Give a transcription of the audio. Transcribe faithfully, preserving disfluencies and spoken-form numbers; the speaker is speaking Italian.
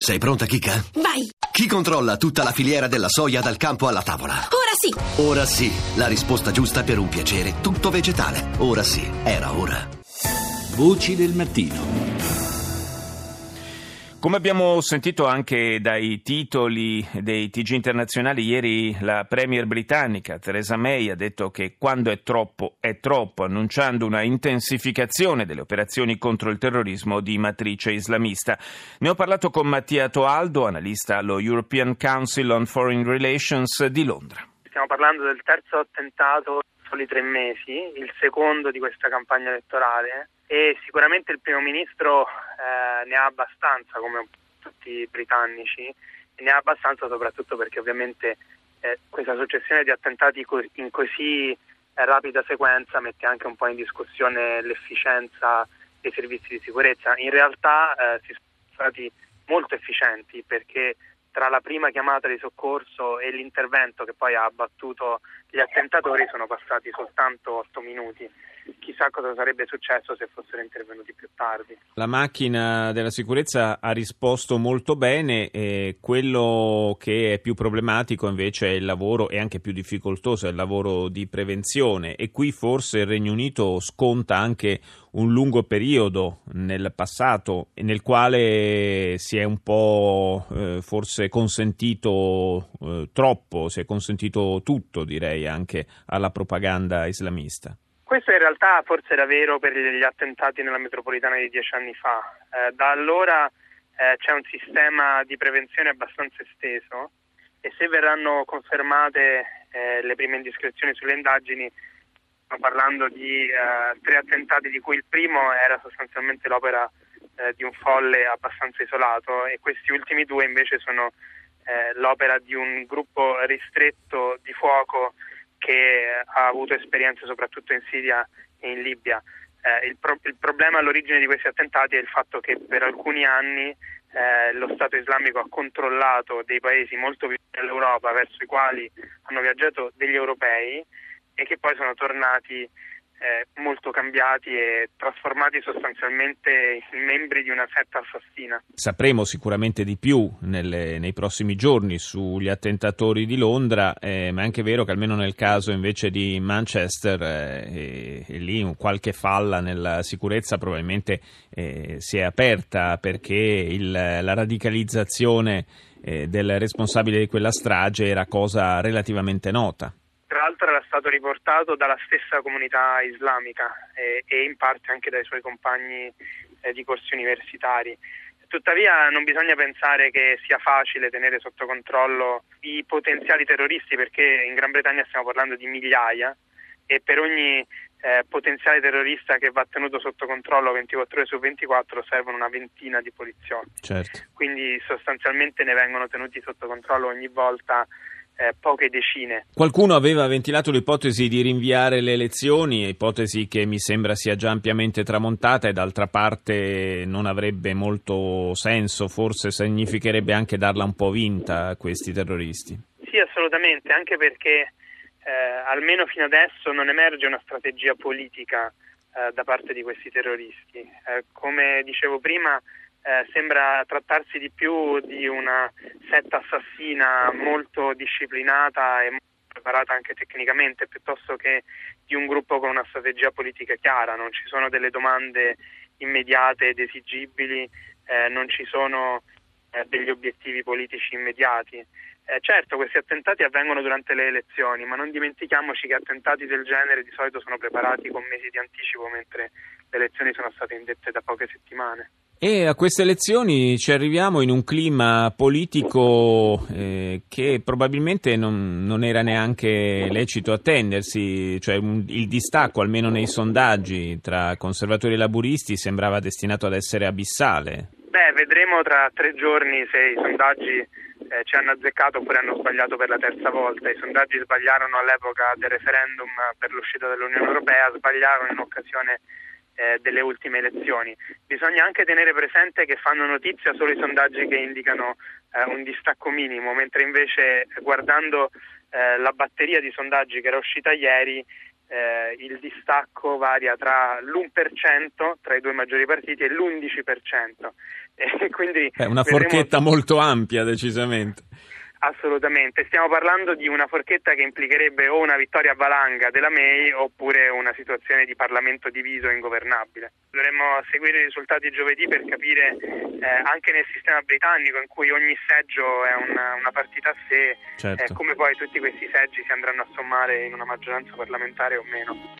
Sei pronta, Kika? Vai! Chi controlla tutta la filiera della soia dal campo alla tavola? Ora sì! Ora sì, la risposta giusta per un piacere tutto vegetale. Ora sì, era ora. Voci del mattino. Come abbiamo sentito anche dai titoli dei T G internazionali, ieri la premier britannica Theresa May ha detto che quando è troppo è troppo, annunciando una intensificazione delle operazioni contro il terrorismo di matrice islamista. Ne ho parlato con Mattia Toaldo, analista allo European Council on Foreign Relations di Londra. Stiamo parlando del terzo attentato in soli tre mesi, il secondo di questa campagna elettorale, e sicuramente il primo ministro eh, ne ha abbastanza, come tutti i britannici, e ne ha abbastanza soprattutto perché ovviamente eh, questa successione di attentati co- in così eh, rapida sequenza mette anche un po' in discussione l'efficienza dei servizi di sicurezza. In realtà eh, si sono stati molto efficienti, perché tra la prima chiamata di soccorso e l'intervento che poi ha abbattuto gli attentatori sono passati soltanto otto minuti. Chissà cosa sarebbe successo se fossero intervenuti più tardi. La macchina della sicurezza ha risposto molto bene, e quello che è più problematico invece è il lavoro, e anche più difficoltoso, è il lavoro di prevenzione, e qui forse il Regno Unito sconta anche un lungo periodo nel passato nel quale si è un po' eh, forse consentito eh, troppo, si è consentito tutto, direi, anche alla propaganda islamista. Questo in realtà forse era vero per gli attentati nella metropolitana di dieci anni fa. Eh, da allora eh, c'è un sistema di prevenzione abbastanza esteso, e se verranno confermate eh, le prime indiscrezioni sulle indagini, stiamo parlando di eh, tre attentati, di cui il primo era sostanzialmente l'opera eh, di un folle abbastanza isolato, e questi ultimi due invece sono eh, l'opera di un gruppo ristretto di fuoco che ha avuto esperienze soprattutto in Siria e in Libia. Eh, il, pro- il problema all'origine di questi attentati è il fatto che per alcuni anni eh, lo Stato islamico ha controllato dei paesi molto vicini all'Europa, verso i quali hanno viaggiato degli europei, e che poi sono tornati eh, molto cambiati e trasformati sostanzialmente in membri di una setta assassina. Sapremo sicuramente di più nelle, nei prossimi giorni sugli attentatori di Londra, eh, ma è anche vero che almeno nel caso invece di Manchester eh, e, e lì qualche falla nella sicurezza probabilmente eh, si è aperta, perché il, la radicalizzazione eh, del responsabile di quella strage era cosa relativamente nota. Tra l'altro era stato riportato dalla stessa comunità islamica e, e in parte anche dai suoi compagni eh, di corsi universitari. Tuttavia non bisogna pensare che sia facile tenere sotto controllo i potenziali terroristi, perché in Gran Bretagna stiamo parlando di migliaia, e per ogni eh, potenziale terrorista che va tenuto sotto controllo ventiquattro ore su ventiquattro servono una ventina di poliziotti. Certo. Quindi sostanzialmente ne vengono tenuti sotto controllo ogni volta Eh, poche decine. Qualcuno aveva ventilato l'ipotesi di rinviare le elezioni, ipotesi che mi sembra sia già ampiamente tramontata, e d'altra parte non avrebbe molto senso, forse significherebbe anche darla un po' vinta a questi terroristi. Sì, assolutamente, anche perché eh, almeno fino adesso non emerge una strategia politica eh, da parte di questi terroristi. Eh, come dicevo prima, Eh, sembra trattarsi di più di una setta assassina molto disciplinata e molto preparata anche tecnicamente, piuttosto che di un gruppo con una strategia politica chiara. Non ci sono delle domande immediate ed esigibili, eh, non ci sono eh, degli obiettivi politici immediati. Eh, certo, questi attentati avvengono durante le elezioni, ma non dimentichiamoci che attentati del genere di solito sono preparati con mesi di anticipo, mentre le elezioni sono state indette da poche settimane. E a queste elezioni ci arriviamo in un clima politico eh, che probabilmente non, non era neanche lecito attendersi, cioè un, il distacco, almeno nei sondaggi, tra conservatori e laburisti sembrava destinato ad essere abissale. Beh, vedremo tra tre giorni se i sondaggi eh, ci hanno azzeccato oppure hanno sbagliato per la terza volta. I sondaggi sbagliarono all'epoca del referendum per l'uscita dall'Unione Europea, sbagliarono in occasione Eh, delle ultime elezioni. Bisogna anche tenere presente che fanno notizia solo i sondaggi che indicano eh, un distacco minimo, mentre invece guardando eh, la batteria di sondaggi che era uscita ieri, eh, il distacco varia tra l'uno per cento tra i due maggiori partiti e l'undici per cento. E quindi è una vedremo... forchetta molto ampia, decisamente. Assolutamente, stiamo parlando di una forchetta che implicherebbe o una vittoria a valanga della May oppure una situazione di Parlamento diviso e ingovernabile. Dovremmo seguire i risultati giovedì per capire eh, anche nel sistema britannico, in cui ogni seggio è una, una partita a sé, certo. eh, come poi tutti questi seggi si andranno a sommare in una maggioranza parlamentare o meno.